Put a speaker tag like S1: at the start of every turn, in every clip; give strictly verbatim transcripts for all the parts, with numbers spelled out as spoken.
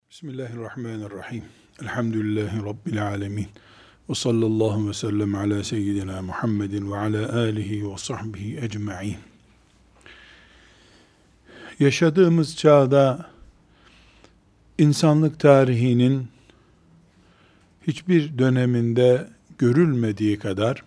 S1: Bismillahirrahmanirrahim. Elhamdülillahi Rabbil alemin. Ve sallallahu ve sellem ala seyyidina Muhammedin ve ala alihi ve sahbihi ecma'in. Yaşadığımız çağda insanlık tarihinin hiçbir döneminde görülmediği kadar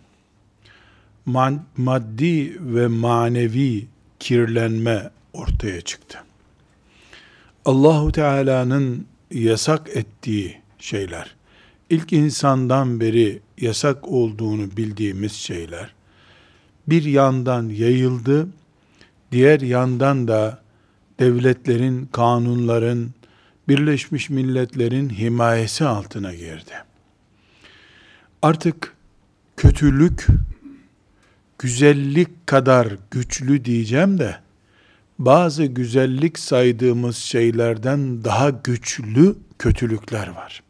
S1: maddi ve manevi kirlenme ortaya çıktı. Allahu Teala'nın yasak ettiği şeyler, ilk insandan beri yasak olduğunu bildiğimiz şeyler, bir yandan yayıldı, diğer yandan da devletlerin, kanunların, Birleşmiş Milletler'in himayesi altına girdi. Artık kötülük, güzellik kadar güçlü diyeceğim de, bazı güzellik saydığımız şeylerden daha güçlü kötülükler var.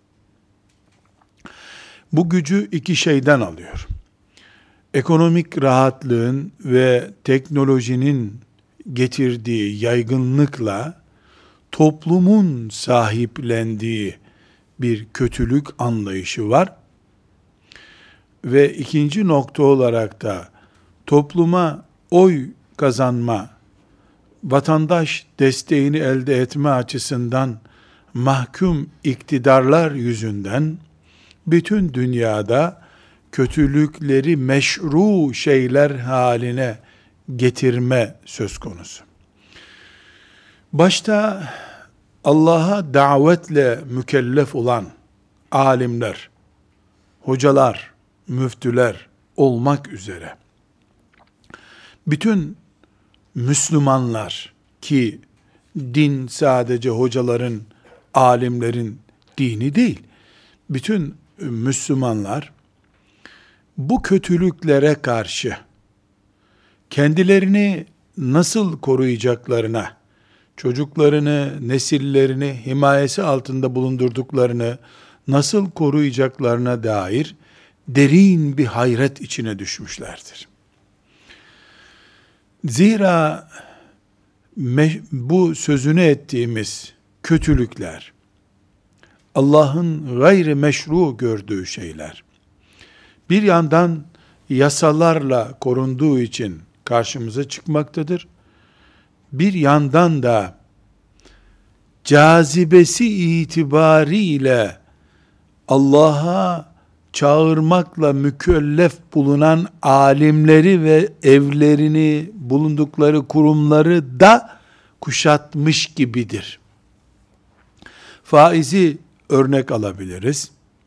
S1: Bu gücü iki şeyden alıyor. Ekonomik rahatlığın ve teknolojinin getirdiği yaygınlıkla toplumun sahiplendiği bir kötülük anlayışı var. Ve ikinci nokta olarak da topluma oy kazanma, vatandaş desteğini elde etme açısından mahkum iktidarlar yüzünden bütün dünyada kötülükleri meşru şeyler haline getirme söz konusu. Başta Allah'a davetle mükellef olan alimler, hocalar, müftüler olmak üzere bütün Müslümanlar, ki din sadece hocaların, alimlerin dini değil, bütün Müslümanlar bu kötülüklere karşı kendilerini nasıl koruyacaklarına, çocuklarını, nesillerini himayesi altında bulundurduklarını nasıl koruyacaklarına dair derin bir hayret içine düşmüşlerdir. Zira bu sözünü ettiğimiz kötülükler, Allah'ın gayri meşru gördüğü şeyler, bir yandan yasalarla korunduğu için karşımıza çıkmaktadır. Bir yandan da cazibesi itibariyle Allah'a çağırmakla mükellef bulunan alimleri ve evlerini, bulundukları kurumları da kuşatmış gibidir. Faizi örnek alabiliriz.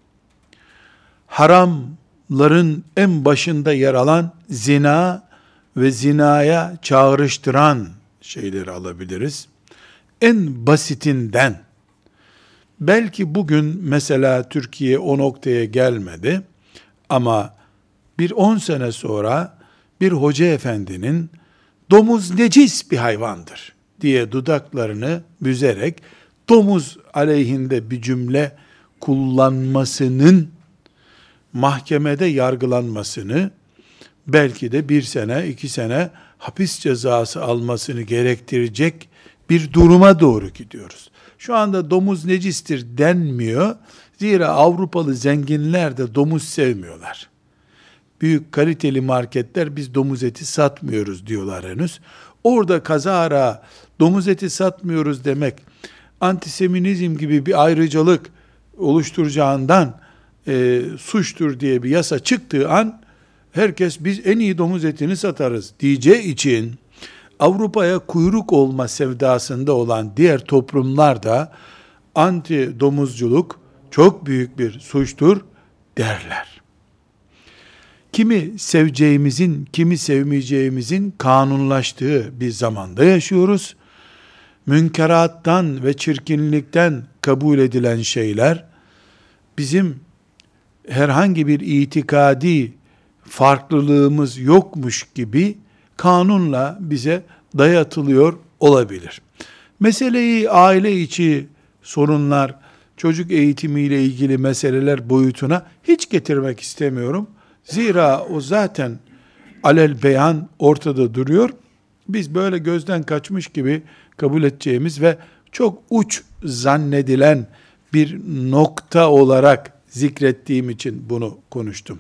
S1: Haramların en başında yer alan zina ve zinaya çağrıştıran şeyleri alabiliriz. En basitinden, belki bugün mesela Türkiye o noktaya gelmedi ama bir on sene sonra bir hoca efendinin domuz necis bir hayvandır diye dudaklarını büzerek domuz aleyhinde bir cümle kullanmasının mahkemede yargılanmasını, belki de bir sene, iki sene hapis cezası almasını gerektirecek bir duruma doğru gidiyoruz. Şu anda domuz necistir denmiyor. Zira Avrupalı zenginler de domuz sevmiyorlar. Büyük kaliteli marketler biz domuz eti satmıyoruz diyorlar henüz. Orada kazara domuz eti satmıyoruz demek, antisemitizm gibi bir ayrıcalık oluşturacağından e, suçtur diye bir yasa çıktığı an, herkes biz en iyi domuz etini satarız diyeceği için, Avrupa'ya kuyruk olma sevdasında olan diğer toplumlar da anti domuzculuk çok büyük bir suçtur derler. Kimi seveceğimizin, kimi sevmeyeceğimizin kanunlaştığı bir zamanda yaşıyoruz. Münkerattan ve çirkinlikten kabul edilen şeyler, bizim herhangi bir itikadi farklılığımız yokmuş gibi kanunla bize dayatılıyor olabilir. Meseleyi aile içi sorunlar, çocuk eğitimiyle ilgili meseleler boyutuna hiç getirmek istemiyorum. Zira o zaten alel beyan ortada duruyor. Biz böyle gözden kaçmış gibi kabul edeceğimiz ve çok uç zannedilen bir nokta olarak zikrettiğim için bunu konuştum.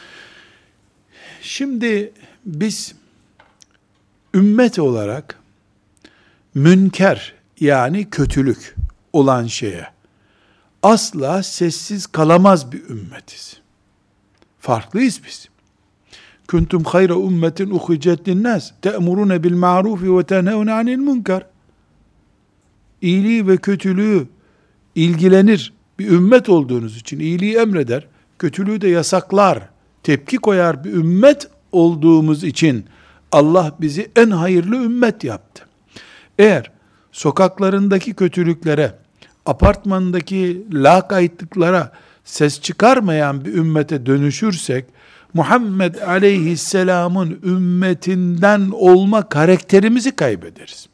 S1: Şimdi biz ümmet olarak münker, yani kötülük olan şeye asla sessiz kalamaz bir ümmetiz. Farklıyız biz. Kuntum hayra ummetin uhricet linnas te'murune bil ma'ruf ve tenhevne anil munkar. İyiliği ve kötülüğü ilgilenir bir ümmet olduğunuz için iyiliği emreder, kötülüğü de yasaklar, tepki koyar bir ümmet olduğumuz için Allah bizi en hayırlı ümmet yaptı. Eğer sokaklarındaki kötülüklere, apartmandaki lakaytlıklara ses çıkarmayan bir ümmete dönüşürsek, Muhammed aleyhisselamın ümmetinden olma karakterimizi kaybederiz.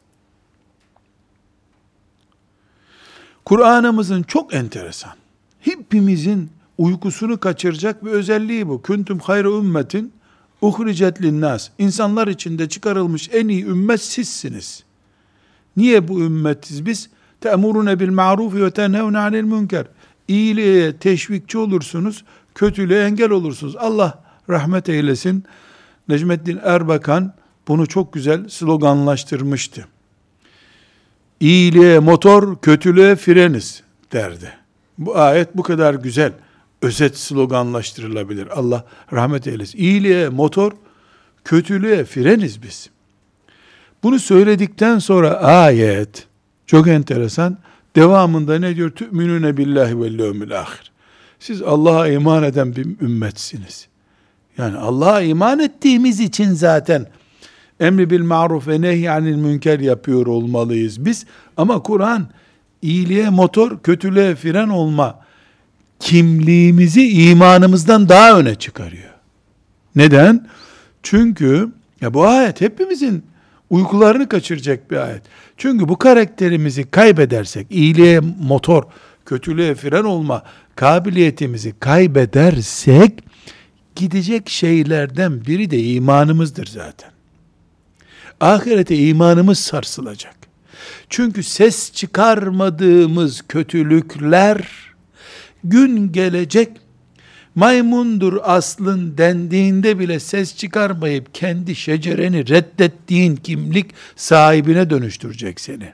S1: Kur'an'ımızın çok enteresan, hepimizin uykusunu kaçıracak bir özelliği bu. Kuntum hayra ümmetin uhricet linnas. İnsanlar içinde çıkarılmış en iyi ümmet sizsiniz. Niye bu ümmetiz biz? Te'murune bil ma'ruf ve tenhevne anil münker. İyiliğe teşvikçi olursunuz, kötülüğe engel olursunuz. Allah rahmet eylesin. Necmettin Erbakan bunu çok güzel sloganlaştırmıştı. İyiliğe motor, kötülüğe freniz derdi. Bu ayet bu kadar güzel, özet sloganlaştırılabilir. Allah rahmet eylesin. İyiliğe motor, kötülüğe freniz biz. Bunu söyledikten sonra ayet çok enteresan. Devamında ne diyor? Tü'minüne billahi vel yevmil ahir. Siz Allah'a iman eden bir ümmetsiniz. Yani Allah'a iman ettiğimiz için zaten emri bil maruf ve nehyanil münker yapıyor olmalıyız biz. Ama Kur'an iyiliğe motor, kötülüğe fren olma kimliğimizi imanımızdan daha öne çıkarıyor. Neden? Çünkü ya bu ayet hepimizin uykularını kaçıracak bir ayet. Çünkü bu karakterimizi kaybedersek, iyiliğe motor, kötülüğe fren olma kabiliyetimizi kaybedersek, gidecek şeylerden biri de imanımızdır zaten. Ahirete imanımız sarsılacak. Çünkü ses çıkarmadığımız kötülükler, gün gelecek, maymundur aslın dendiğinde bile ses çıkarmayıp kendi şecereni reddettiğin kimlik sahibine dönüştürecek seni.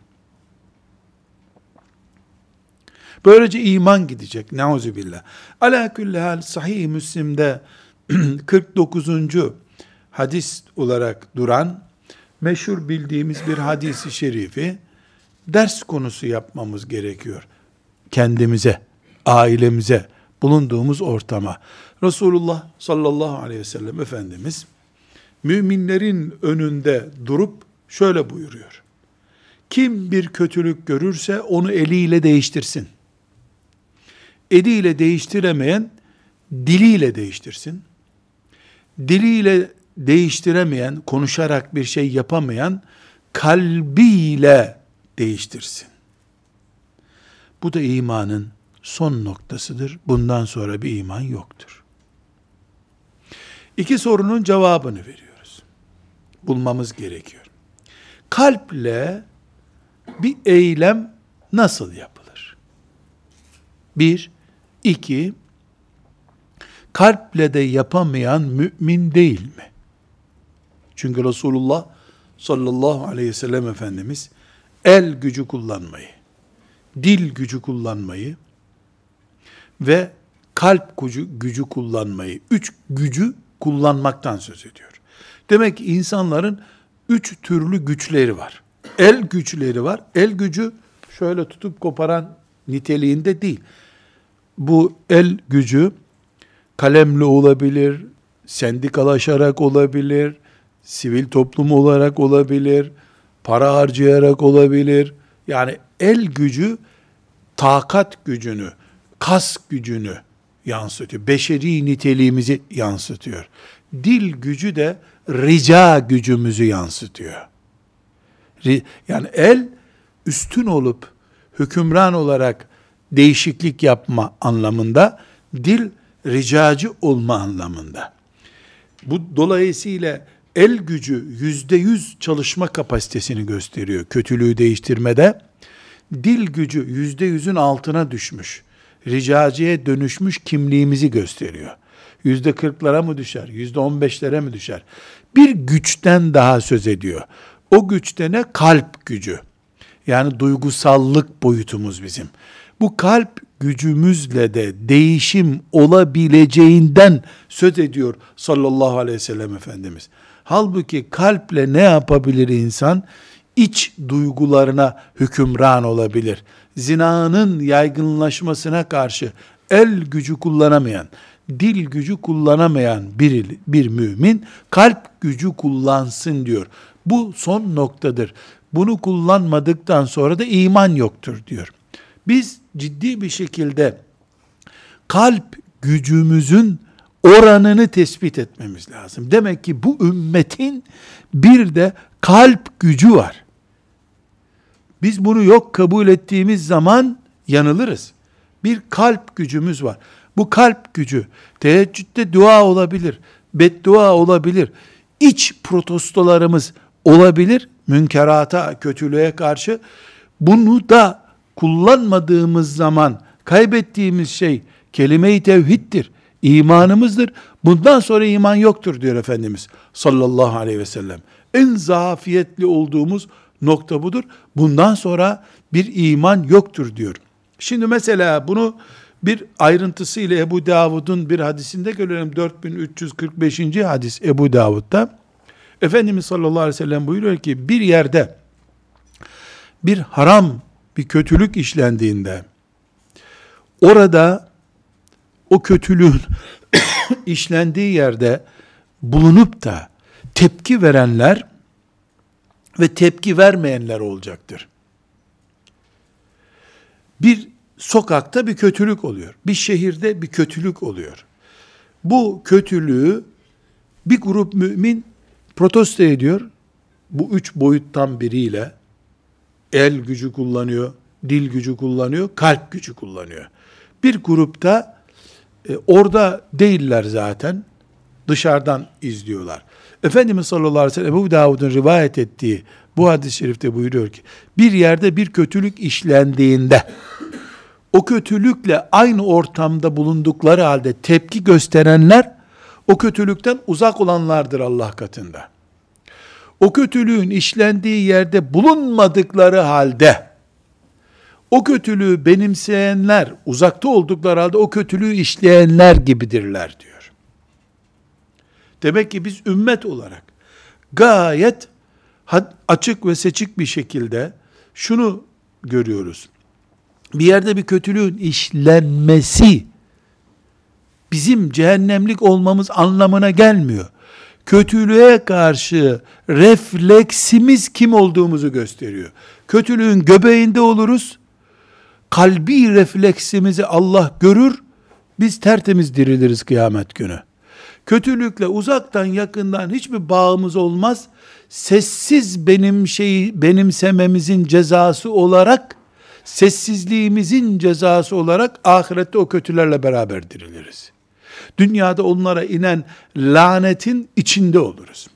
S1: Böylece iman gidecek. Neuzubillah. Ala kulli hal Sahih Müslim'de kırk dokuzuncu hadis olarak duran meşhur bildiğimiz bir hadisi şerifi ders konusu yapmamız gerekiyor. Kendimize, ailemize, bulunduğumuz ortama. Resulullah sallallahu aleyhi ve sellem Efendimiz müminlerin önünde durup şöyle buyuruyor. Kim bir kötülük görürse onu eliyle değiştirsin. Eliyle değiştiremeyen diliyle değiştirsin. Diliyle değiştiremeyen, konuşarak bir şey yapamayan kalbiyle değiştirsin. Bu da imanın son noktasıdır. Bundan sonra bir iman yoktur. İki sorunun cevabını veriyoruz. Bulmamız gerekiyor. Kalple bir eylem nasıl yapılır? Bir, iki, kalple de yapamayan mümin değil mi? Çünkü Resulullah sallallahu aleyhi ve sellem Efendimiz el gücü kullanmayı, dil gücü kullanmayı ve kalp gücü, gücü kullanmayı, üç gücü kullanmaktan söz ediyor. Demek ki insanların üç türlü güçleri var. El güçleri var. El gücü şöyle tutup koparan niteliğinde değil. Bu el gücü kalemle olabilir, sendikalaşarak olabilir, sivil toplum olarak olabilir, para harcayarak olabilir. Yani el gücü takat gücünü, kas gücünü yansıtıyor. Beşeri niteliğimizi yansıtıyor. Dil gücü de rica gücümüzü yansıtıyor. Yani el üstün olup hükümran olarak değişiklik yapma anlamında, dil ricacı olma anlamında. Bu dolayısıyla el gücü yüzde yüz çalışma kapasitesini gösteriyor kötülüğü değiştirmede. Dil gücü yüzde yüzün altına düşmüş. Ricaciye dönüşmüş kimliğimizi gösteriyor. Yüzde kırklara mı düşer? Yüzde on beşlere mi düşer? Bir güçten daha söz ediyor. O güçte ne? Kalp gücü. Yani duygusallık boyutumuz bizim. Bu kalp gücümüzle de değişim olabileceğinden söz ediyor sallallahu aleyhi ve sellem Efendimiz. Halbuki kalple ne yapabilir insan? İç duygularına hükümran olabilir. Zinanın yaygınlaşmasına karşı el gücü kullanamayan, dil gücü kullanamayan bir, bir mümin kalp gücü kullansın diyor. Bu son noktadır. Bunu kullanmadıktan sonra da iman yoktur diyor. Biz ciddi bir şekilde kalp gücümüzün oranını tespit etmemiz lazım. Demek ki bu ümmetin bir de kalp gücü var. Biz bunu yok kabul ettiğimiz zaman yanılırız. Bir kalp gücümüz var. Bu kalp gücü teheccüde dua olabilir, beddua olabilir, iç protestolarımız olabilir, münkerata, kötülüğe karşı. Bunu da kullanmadığımız zaman kaybettiğimiz şey kelime-i tevhiddir, imanımızdır. Bundan sonra iman yoktur diyor Efendimiz sallallahu aleyhi ve sellem. En zafiyetli olduğumuz nokta budur. Bundan sonra bir iman yoktur diyor. Şimdi mesela bunu bir ayrıntısıyla Ebu Davud'un bir hadisinde görelim. dört bin üç yüz kırk beşinci hadis Ebu Davud'da. Efendimiz sallallahu aleyhi ve sellem buyuruyor ki bir yerde bir haram, bir kötülük işlendiğinde orada o kötülüğün işlendiği yerde bulunup da tepki verenler ve tepki vermeyenler olacaktır. Bir sokakta bir kötülük oluyor. Bir şehirde bir kötülük oluyor. Bu kötülüğü bir grup mümin protesto ediyor. Bu üç boyuttan biriyle el gücü kullanıyor, dil gücü kullanıyor, kalp gücü kullanıyor. Bir grupta e, orada değiller zaten. Dışarıdan izliyorlar. Efendimiz sallallahu aleyhi ve sellem Ebu Davud'un rivayet ettiği bu hadis-i şerifte buyuruyor ki bir yerde bir kötülük işlendiğinde o kötülükle aynı ortamda bulundukları halde tepki gösterenler o kötülükten uzak olanlardır Allah katında. O kötülüğün işlendiği yerde bulunmadıkları halde o kötülüğü benimseyenler, uzakta oldukları halde o kötülüğü işleyenler gibidirler diyor. Demek ki biz ümmet olarak gayet açık ve seçik bir şekilde şunu görüyoruz. Bir yerde bir kötülüğün işlenmesi bizim cehennemlik olmamız anlamına gelmiyor. Kötülüğe karşı refleksimiz kim olduğumuzu gösteriyor. Kötülüğün göbeğinde oluruz. Kalbi refleksimizi Allah görür. Biz tertemiz diriliriz kıyamet günü. Kötülükle uzaktan yakından hiçbir bağımız olmaz. Sessiz benim şeyi benimsememizin cezası olarak, sessizliğimizin cezası olarak ahirette o kötülerle beraber diriliriz. Dünyada onlara inen lanetin içinde oluruz.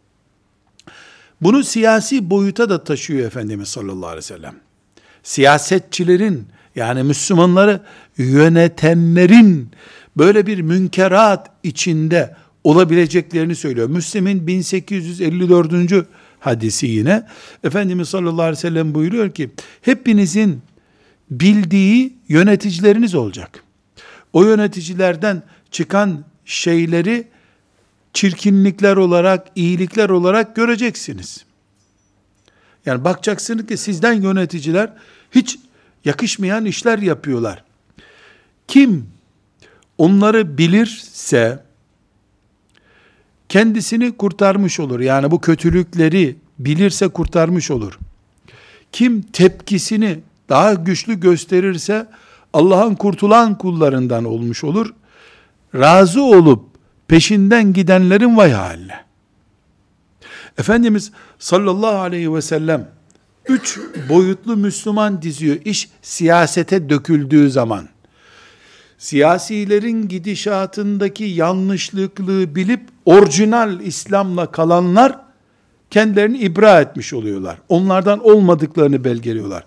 S1: Bunu siyasi boyuta da taşıyor Efendimiz sallallahu aleyhi ve sellem. Siyasetçilerin, yani Müslümanları yönetenlerin böyle bir münkerat içinde olabileceklerini söylüyor. Müslim'in bin sekiz yüz elli dördüncü hadisi yine Efendimiz sallallahu aleyhi ve sellem buyuruyor ki hepinizin bildiği yöneticileriniz olacak. O yöneticilerden çıkan şeyleri çirkinlikler olarak, iyilikler olarak göreceksiniz. Yani bakacaksınız ki sizden yöneticiler hiç yakışmayan işler yapıyorlar. Kim onları bilirse kendisini kurtarmış olur. Yani bu kötülükleri bilirse kurtarmış olur. Kim tepkisini daha güçlü gösterirse Allah'ın kurtulan kullarından olmuş olur. Razı olup peşinden gidenlerin vay haline. Efendimiz sallallahu aleyhi ve sellem üç boyutlu Müslüman diziyor. İş siyasete döküldüğü zaman. Siyasilerin gidişatındaki yanlışlıklığı bilip orijinal İslam'la kalanlar kendilerini ibra etmiş oluyorlar. Onlardan olmadıklarını belgeliyorlar.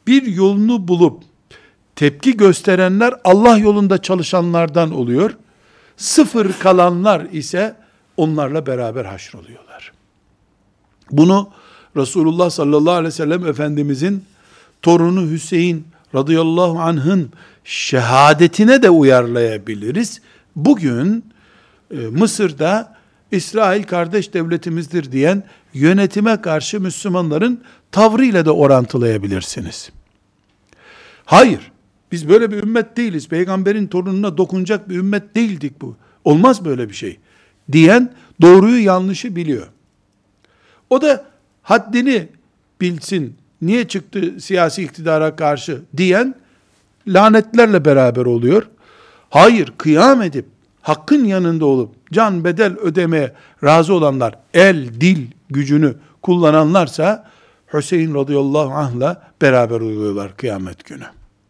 S1: bir yolunu bulup tepki gösterenler Allah yolunda çalışanlardan oluyor. Sıfır kalanlar ise onlarla beraber haşroluyorlar. Bunu Resulullah sallallahu aleyhi ve sellem Efendimizin torunu Hüseyin radıyallahu anh'ın şehadetine de uyarlayabiliriz. Bugün e, Mısır'da İsrail kardeş devletimizdir diyen yönetime karşı Müslümanların tavrıyla da orantılayabilirsiniz. Hayır, biz böyle bir ümmet değiliz. Peygamberin torununa dokunacak bir ümmet değildik bu. Olmaz böyle bir şey diyen doğruyu yanlışı biliyor. O da haddini bilsin, niye çıktı siyasi iktidara karşı diyen lanetlerle beraber oluyor. Hayır, kıyam edip hakkın yanında olup can bedel ödemeye razı olanlar, el dil gücünü kullananlarsa Hüseyin radıyallahu anh'la beraber oluyorlar kıyamet günü.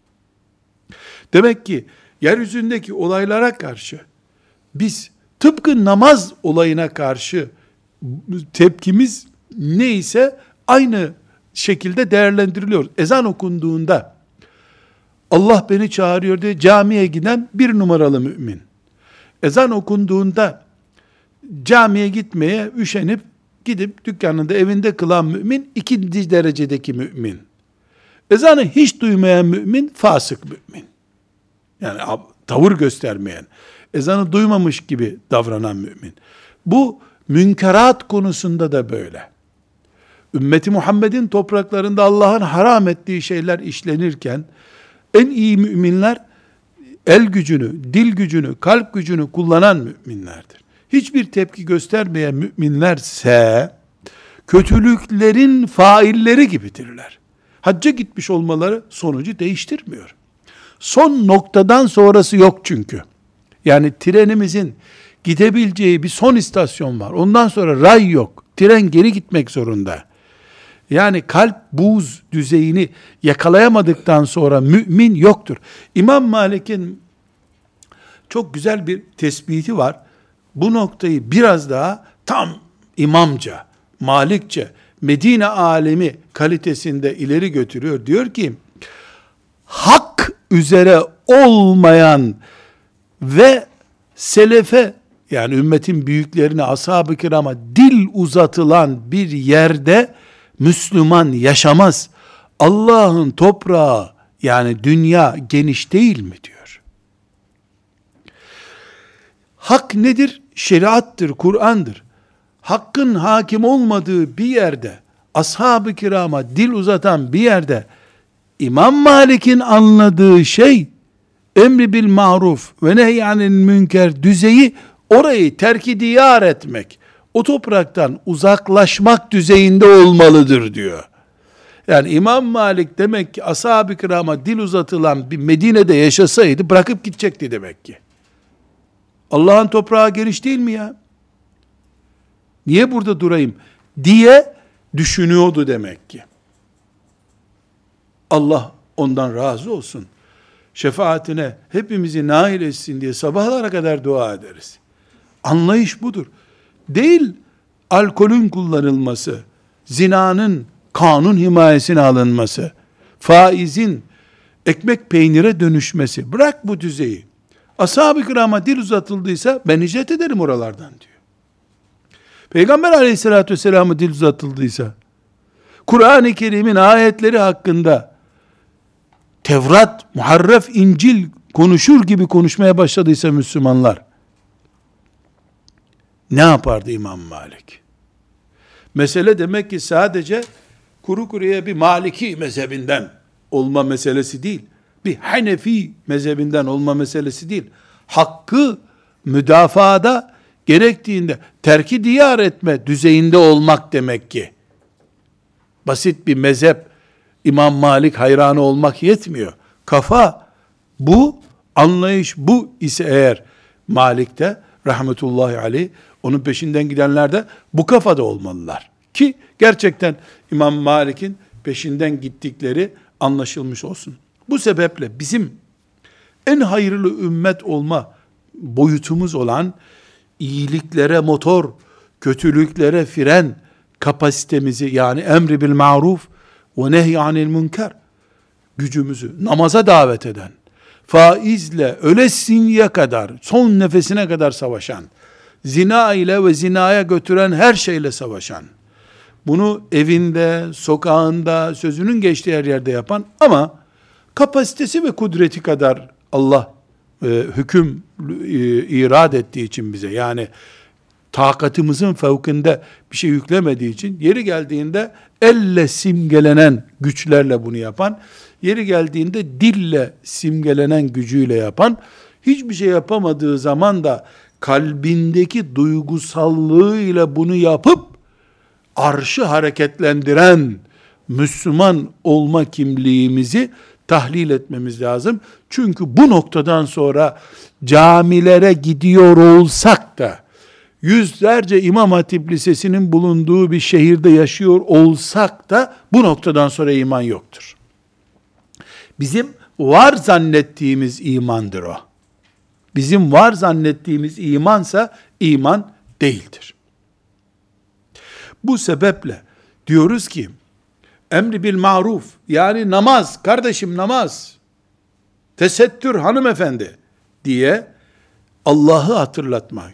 S1: Demek ki yeryüzündeki olaylara karşı biz tıpkı namaz olayına karşı tepkimiz neyse aynı şekilde değerlendiriliyor. Ezan okunduğunda Allah beni çağırıyor diye camiye giden bir numaralı mümin. Ezan okunduğunda camiye gitmeye üşenip gidip dükkanında evinde kılan mümin ikinci derecedeki mümin. Ezanı hiç duymayan mümin fasık mümin. Yani tavır göstermeyen, ezanı duymamış gibi davranan mümin. Bu münkerat konusunda da böyle. Ümmeti Muhammed'in topraklarında Allah'ın haram ettiği şeyler işlenirken en iyi müminler el gücünü, dil gücünü, kalp gücünü kullanan müminlerdir. Hiçbir tepki göstermeyen müminlerse kötülüklerin failleri gibidirler. Hacca gitmiş olmaları sonucu değiştirmiyor. Son noktadan sonrası yok çünkü. Yani trenimizin gidebileceği bir son istasyon var. Ondan sonra ray yok. Tren geri gitmek zorunda. Yani kalp buz düzeyini yakalayamadıktan sonra mümin yoktur. İmam Malik'in çok güzel bir tespiti var. Bu noktayı biraz daha tam imamca, Malikçe, Medine alemi kalitesinde ileri götürüyor. Diyor ki, hak üzere olmayan ve selefe, yani ümmetin büyüklerine, ashab-ı kirama dil uzatılan bir yerde Müslüman yaşamaz. Allah'ın toprağı, yani dünya geniş değil mi diyor. Hak nedir? Şeriattır, Kur'an'dır. Hakkın hakim olmadığı bir yerde, ashab-ı kirama dil uzatan bir yerde, İmam Malik'in anladığı şey, emri bil maruf ve nehyanil münker düzeyi, orayı terk-i diyar etmek, o topraktan uzaklaşmak düzeyinde olmalıdır diyor. Yani İmam Malik demek ki ashab-ı kirama dil uzatılan bir Medine'de yaşasaydı bırakıp gidecekti demek ki. Allah'ın toprağı geniş değil mi ya? Niye burada durayım diye düşünüyordu demek ki. Allah ondan razı olsun. Şefaatine hepimizi nail etsin diye sabahlara kadar dua ederiz. Anlayış budur. Değil alkolün kullanılması, zinanın kanun himayesine alınması, faizin ekmek peynire dönüşmesi. Bırak bu düzeyi. Ashab-ı kirama dil uzatıldıysa ben hicret ederim oralardan diyor. Peygamber aleyhissalatü vesselam'a dil uzatıldıysa, Kur'an-ı Kerim'in ayetleri hakkında Tevrat, Muharref, İncil konuşur gibi konuşmaya başladıysa Müslümanlar, ne yapardı İmam Malik? Mesele demek ki sadece kuru kuruya bir Maliki mezhebinden olma meselesi değil, bir Hanefi mezhebinden olma meselesi değil. Hakkı müdafaada gerektiğinde terki diyar etme düzeyinde olmak demek ki. Basit bir mezhep, İmam Malik hayranı olmak yetmiyor. Kafa bu, anlayış bu ise eğer Malik'te rahmetullahi aleyh, onun peşinden gidenler de bu kafada olmalılar. Ki gerçekten İmam Malik'in peşinden gittikleri anlaşılmış olsun. Bu sebeple bizim en hayırlı ümmet olma boyutumuz olan iyiliklere motor, kötülüklere fren kapasitemizi, yani emri bil maruf ve nehy anil münker, gücümüzü namaza davet eden, faizle ölesiye kadar, son nefesine kadar savaşan, zina ile ve zinaya götüren her şeyle savaşan, bunu evinde, sokağında, sözünün geçtiği her yerde yapan ama kapasitesi ve kudreti kadar Allah e, hüküm e, irad ettiği için bize, yani takatımızın fevkinde bir şey yüklemediği için, yeri geldiğinde elle simgelenen güçlerle bunu yapan, yeri geldiğinde dille simgelenen gücüyle yapan, hiçbir şey yapamadığı zaman da kalbindeki duygusallığıyla bunu yapıp arşı hareketlendiren Müslüman olma kimliğimizi tahlil etmemiz lazım. Çünkü bu noktadan sonra camilere gidiyor olsak da, yüzlerce İmam Hatip Lisesi'nin bulunduğu bir şehirde yaşıyor olsak da, bu noktadan sonra iman yoktur. Bizim var zannettiğimiz imandır o. Bizim var zannettiğimiz imansa iman değildir. Bu sebeple diyoruz ki, emri bil maruf, yani namaz, kardeşim namaz, tesettür hanımefendi diye Allah'ı hatırlatmak.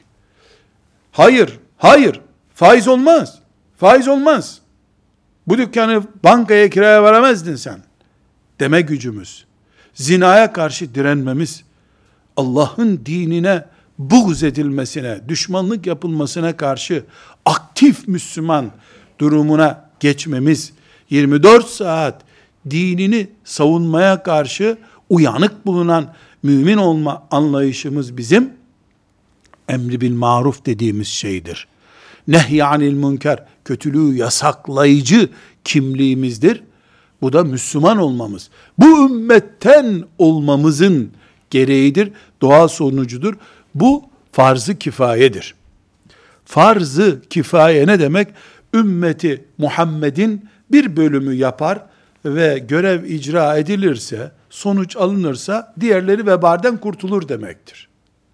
S1: Hayır, hayır, faiz olmaz, faiz olmaz. Bu dükkanı bankaya kiraya veremezdin sen deme gücümüz, zinaya karşı direnmemiz, Allah'ın dinine buğz edilmesine, düşmanlık yapılmasına karşı aktif Müslüman durumuna geçmemiz, yirmi dört saat dinini savunmaya karşı uyanık bulunan mümin olma anlayışımız bizim emri bil maruf dediğimiz şeydir. Nehyanil münker, kötülüğü yasaklayıcı kimliğimizdir. Bu da Müslüman olmamız, bu ümmetten olmamızın gereğidir, doğal sonucudur. Bu farz-ı kifayedir. Farz-ı kifaye ne demek? Ümmeti Muhammed'in bir bölümü yapar ve görev icra edilirse, sonuç alınırsa, diğerleri vebalden kurtulur demektir.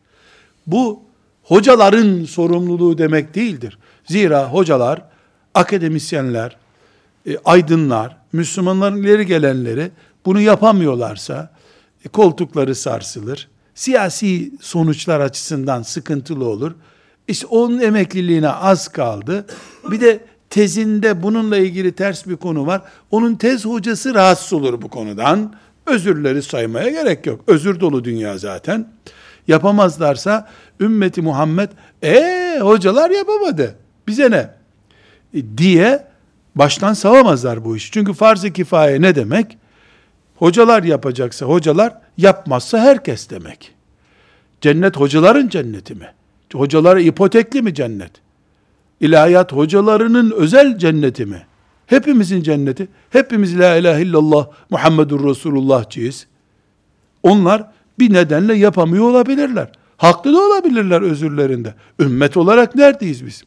S1: Bu, hocaların sorumluluğu demek değildir. Zira hocalar, akademisyenler, e, aydınlar, Müslümanların ileri gelenleri bunu yapamıyorlarsa, e, koltukları sarsılır, siyasi sonuçlar açısından sıkıntılı olur. İşte onun emekliliğine az kaldı. Bir de tezinde bununla ilgili ters bir konu var. Onun tez hocası rahatsız olur bu konudan. Özürleri saymaya gerek yok. Özür dolu dünya zaten. Yapamazlarsa ümmeti Muhammed, ee hocalar yapamadı, bize ne? E, diye baştan savamazlar bu işi. Çünkü farz-ı kifaye ne demek? Hocalar yapacaksa hocalar, yapmazsa herkes demek. Cennet hocaların cenneti mi? Hocalara ipotekli mi cennet? İlahiyat hocalarının özel cenneti mi? Hepimizin cenneti. Hepimiz la ilahe illallah Muhammedur Resulullah'cıyız. Onlar bir nedenle yapamıyor olabilirler. Haklı da olabilirler özürlerinde. Ümmet olarak neredeyiz biz?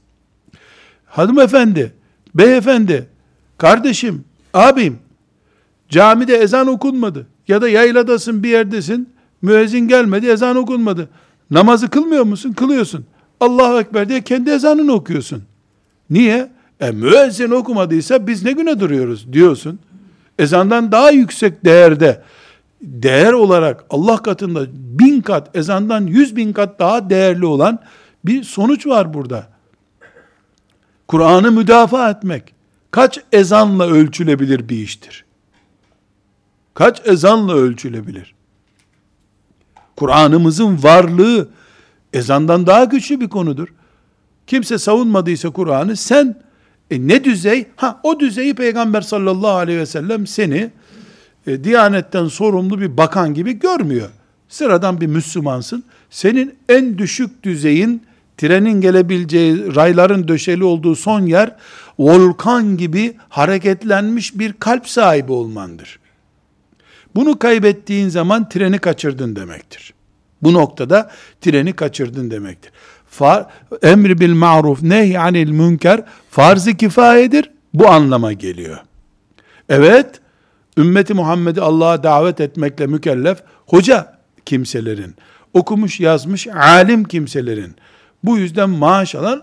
S1: Hanımefendi, beyefendi, kardeşim, abim, camide ezan okunmadı ya da yayladasın, bir yerdesin, müezzin gelmedi, ezan okunmadı. Namazı kılmıyor musun? Kılıyorsun. Allahu Ekber diye kendi ezanını okuyorsun. Niye? E müezzin okumadıysa biz ne güne duruyoruz diyorsun. Ezandan daha yüksek değerde, değer olarak Allah katında bin kat, ezandan yüz bin kat daha değerli olan bir sonuç var burada. Kur'an'ı müdafaa etmek kaç ezanla ölçülebilir bir iştir? Kaç ezanla ölçülebilir? Kur'an'ımızın varlığı ezandan daha güçlü bir konudur. Kimse savunmadıysa Kur'an'ı, sen e, ne düzey? Ha, o düzeyi Peygamber sallallahu aleyhi ve sellem seni e, Diyanetten sorumlu bir bakan gibi görmüyor. Sıradan bir Müslümansın. Senin en düşük düzeyin, trenin gelebileceği, rayların döşeli olduğu son yer, volkan gibi hareketlenmiş bir kalp sahibi olmandır. Bunu kaybettiğin zaman treni kaçırdın demektir. Bu noktada treni kaçırdın demektir. Far, emri bil ma'ruf nehyanil münker farz-ı kifayedir. Bu anlama geliyor. Evet, ümmeti Muhammed'i Allah'a davet etmekle mükellef hoca kimselerin, okumuş yazmış alim kimselerin, bu yüzden maaş alan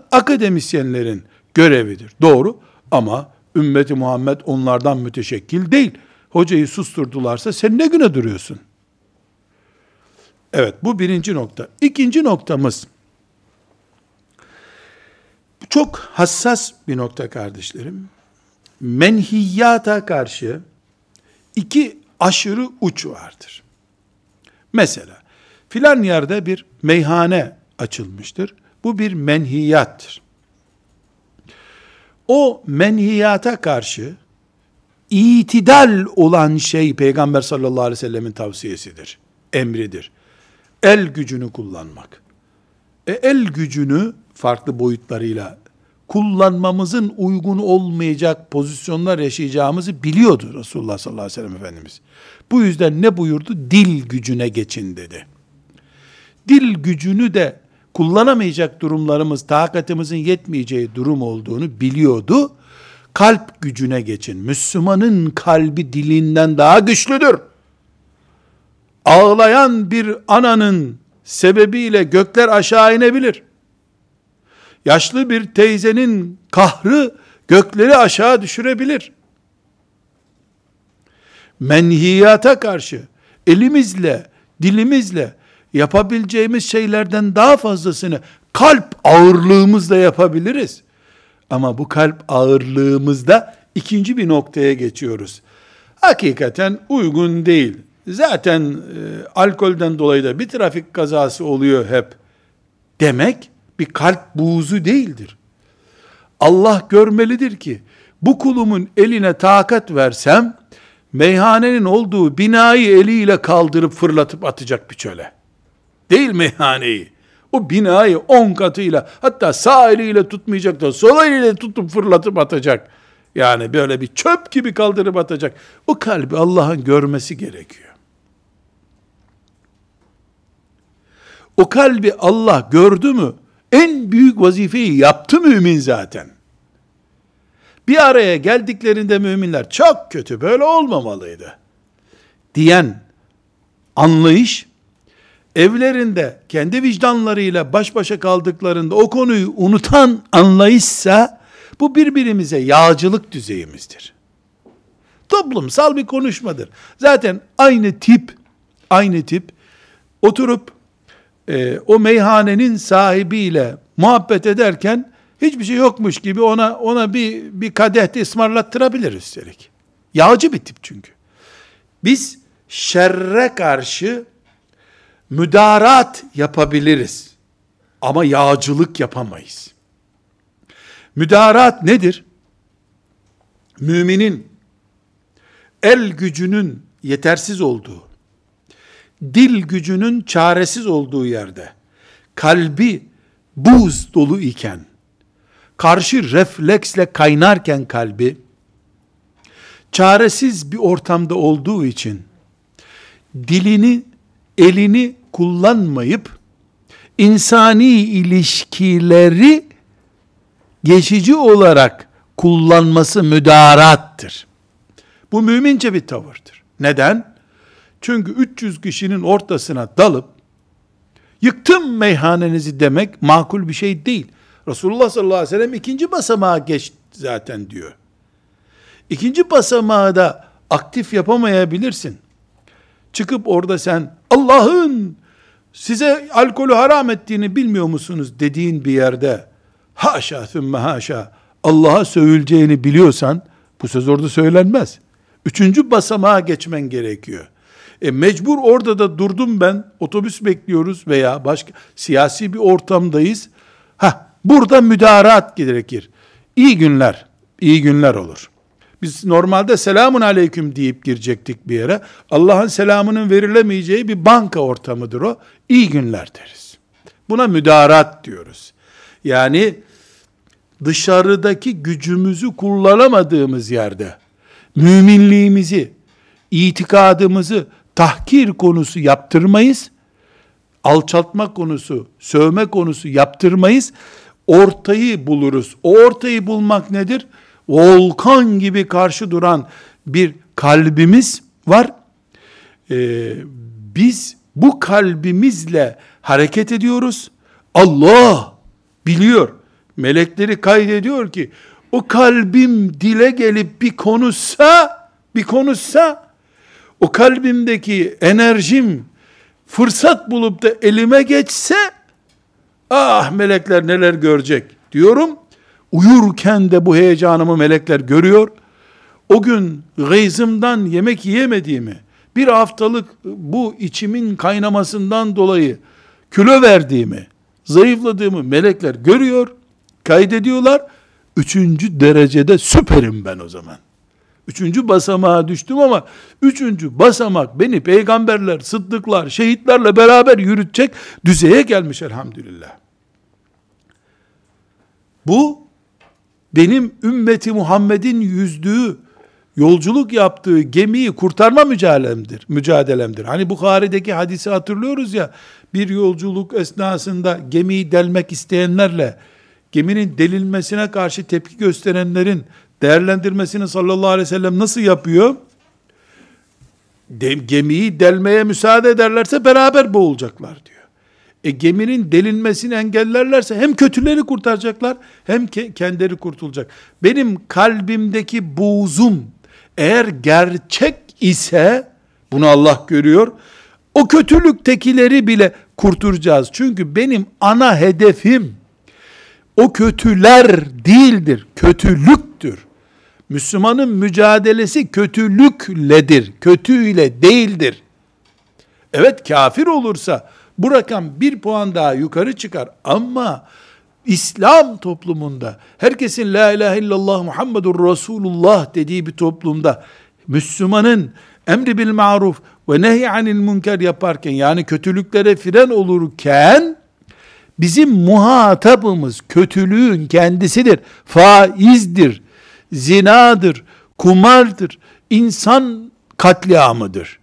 S1: akademisyenlerin görevidir. Doğru, ama ümmeti Muhammed onlardan müteşekkil değil. hocayı susturdularsa sen ne güne duruyorsun? Evet, bu birinci nokta. İkinci noktamız, çok hassas bir nokta kardeşlerim. Menhiyata karşı iki aşırı uç vardır. Mesela filan yerde bir meyhane açılmıştır. Bu bir menhiyattır. O menhiyata karşı itidal olan şey Peygamber sallallahu aleyhi ve sellemin tavsiyesidir, emridir. El gücünü kullanmak. E el gücünü farklı boyutlarıyla kullanmamızın uygun olmayacak pozisyonlar yaşayacağımızı biliyordu Resulullah sallallahu aleyhi ve sellem Efendimiz. Bu yüzden ne buyurdu? Dil gücüne geçin dedi. Dil gücünü de kullanamayacak durumlarımız, takatimizin yetmeyeceği durum olduğunu biliyordu. Kalp gücüne geçin. Müslümanın kalbi dilinden daha güçlüdür. Ağlayan bir ananın sebebiyle gökler aşağı inebilir. Yaşlı bir teyzenin kahrı gökleri aşağı düşürebilir. Menhiyata karşı elimizle, dilimizle yapabileceğimiz şeylerden daha fazlasını kalp ağırlığımızla yapabiliriz. Ama bu kalp ağırlığımızda ikinci bir noktaya geçiyoruz. Hakikaten uygun değil. Zaten e, alkolden dolayı da bir trafik kazası oluyor hep demek bir kalp buğzu değildir. Allah görmelidir ki bu kulumun eline takat versem meyhanenin olduğu binayı eliyle kaldırıp fırlatıp atacak bir çöle. Değil meyhaneyi. O binayı on katıyla, hatta sağ eliyle tutmayacak da sol eliyle tutup fırlatıp atacak. Yani böyle bir çöp gibi kaldırıp atacak. O kalbi Allah'ın görmesi gerekiyor. O kalbi Allah gördü mü, en büyük vazifeyi yaptı mümin zaten. Bir araya geldiklerinde müminler çok kötü, böyle olmamalıydı diyen anlayış, evlerinde kendi vicdanlarıyla baş başa kaldıklarında o konuyu unutan anlayışsa, bu birbirimize yağcılık düzeyimizdir. Toplumsal bir konuşmadır. Zaten aynı tip, aynı tip oturup e, o meyhanenin sahibiyle muhabbet ederken hiçbir şey yokmuş gibi ona ona bir bir kadeh de ısmarlattırabilir üstelik. Yağcı bir tip çünkü. Biz şerre karşı müdarat yapabiliriz. Ama yağcılık yapamayız. Müdarat nedir? Müminin el gücünün yetersiz olduğu, dil gücünün çaresiz olduğu yerde, kalbi buz dolu iken, karşı refleksle kaynarken kalbi, çaresiz bir ortamda olduğu için, dilini, elini kullanmayıp, insani ilişkileri geçici olarak kullanması müdarattır. Bu mümince bir tavırdır. Neden? Çünkü üç yüz kişinin ortasına dalıp, yıktım meyhanenizi demek makul bir şey değil. Resulullah sallallahu aleyhi ve sellem ikinci basamağa geç zaten diyor. İkinci basamağı da aktif yapamayabilirsin. Çıkıp orada sen Allah'ın size alkolü haram ettiğini bilmiyor musunuz dediğin bir yerde haşa thümme haşa Allah'a sövüleceğini biliyorsan bu söz orada söylenmez. Üçüncü basamağa geçmen gerekiyor. E mecbur orada da durdum ben, otobüs bekliyoruz veya başka siyasi bir ortamdayız. Ha, burada müdarat gerekir. İyi günler, iyi günler olur. Biz normalde selamun aleyküm deyip girecektik bir yere. Allah'ın selamının verilemeyeceği bir banka ortamıdır o. İyi günler deriz. Buna müdarat diyoruz. Yani dışarıdaki gücümüzü kullanamadığımız yerde müminliğimizi, itikadımızı tahkir konusu yaptırmayız. Alçaltma konusu, sövme konusu yaptırmayız. Ortayı buluruz. O ortayı bulmak nedir? Volkan gibi karşı duran bir kalbimiz var. Ee, biz bu kalbimizle hareket ediyoruz. Allah biliyor. Melekleri kaydediyor ki o kalbim dile gelip bir konuşsa bir konuşsa, o kalbimdeki enerjim fırsat bulup da elime geçse, ah melekler neler görecek diyorum. Uyurken de bu heyecanımı melekler görüyor. O gün gıyzımdan yemek yiyemediğimi, bir haftalık bu içimin kaynamasından dolayı kilo verdiğimi, zayıfladığımı melekler görüyor, kaydediyorlar. Üçüncü derecede süperim ben o zaman. Üçüncü basamağa düştüm ama üçüncü basamak beni peygamberler, sıddıklar, şehitlerle beraber yürütecek düzeye gelmiş elhamdülillah. Bu benim ümmeti Muhammed'in yüzdüğü, yolculuk yaptığı gemiyi kurtarma mücadelemdir. mücadelemdir. Hani Bukhari'deki hadisi hatırlıyoruz ya, bir yolculuk esnasında gemiyi delmek isteyenlerle geminin delilmesine karşı tepki gösterenlerin değerlendirmesini sallallahu aleyhi ve sellem nasıl yapıyor? De, gemiyi delmeye müsaade ederlerse beraber boğulacaklar diyor. E geminin delinmesini engellerlerse hem kötüleri kurtaracaklar hem ke, kendileri kurtulacak. Benim kalbimdeki buğzum eğer gerçek ise, bunu Allah görüyor, o kötülüktekileri bile kurtaracağız. Çünkü benim ana hedefim o kötüler değildir, kötülüktür. Müslümanın mücadelesi kötülükledir, kötüyle değildir. Evet, kafir olursa bu rakam bir puan daha yukarı çıkar ama İslam toplumunda, herkesin la ilahe illallah Muhammedur Resulullah dediği bir toplumda, Müslümanın emri bil maruf ve nehy anil münker yaparken, yani kötülüklere fren olurken, bizim muhatabımız kötülüğün kendisidir, faizdir, zinadır, kumardır, insan katliamıdır.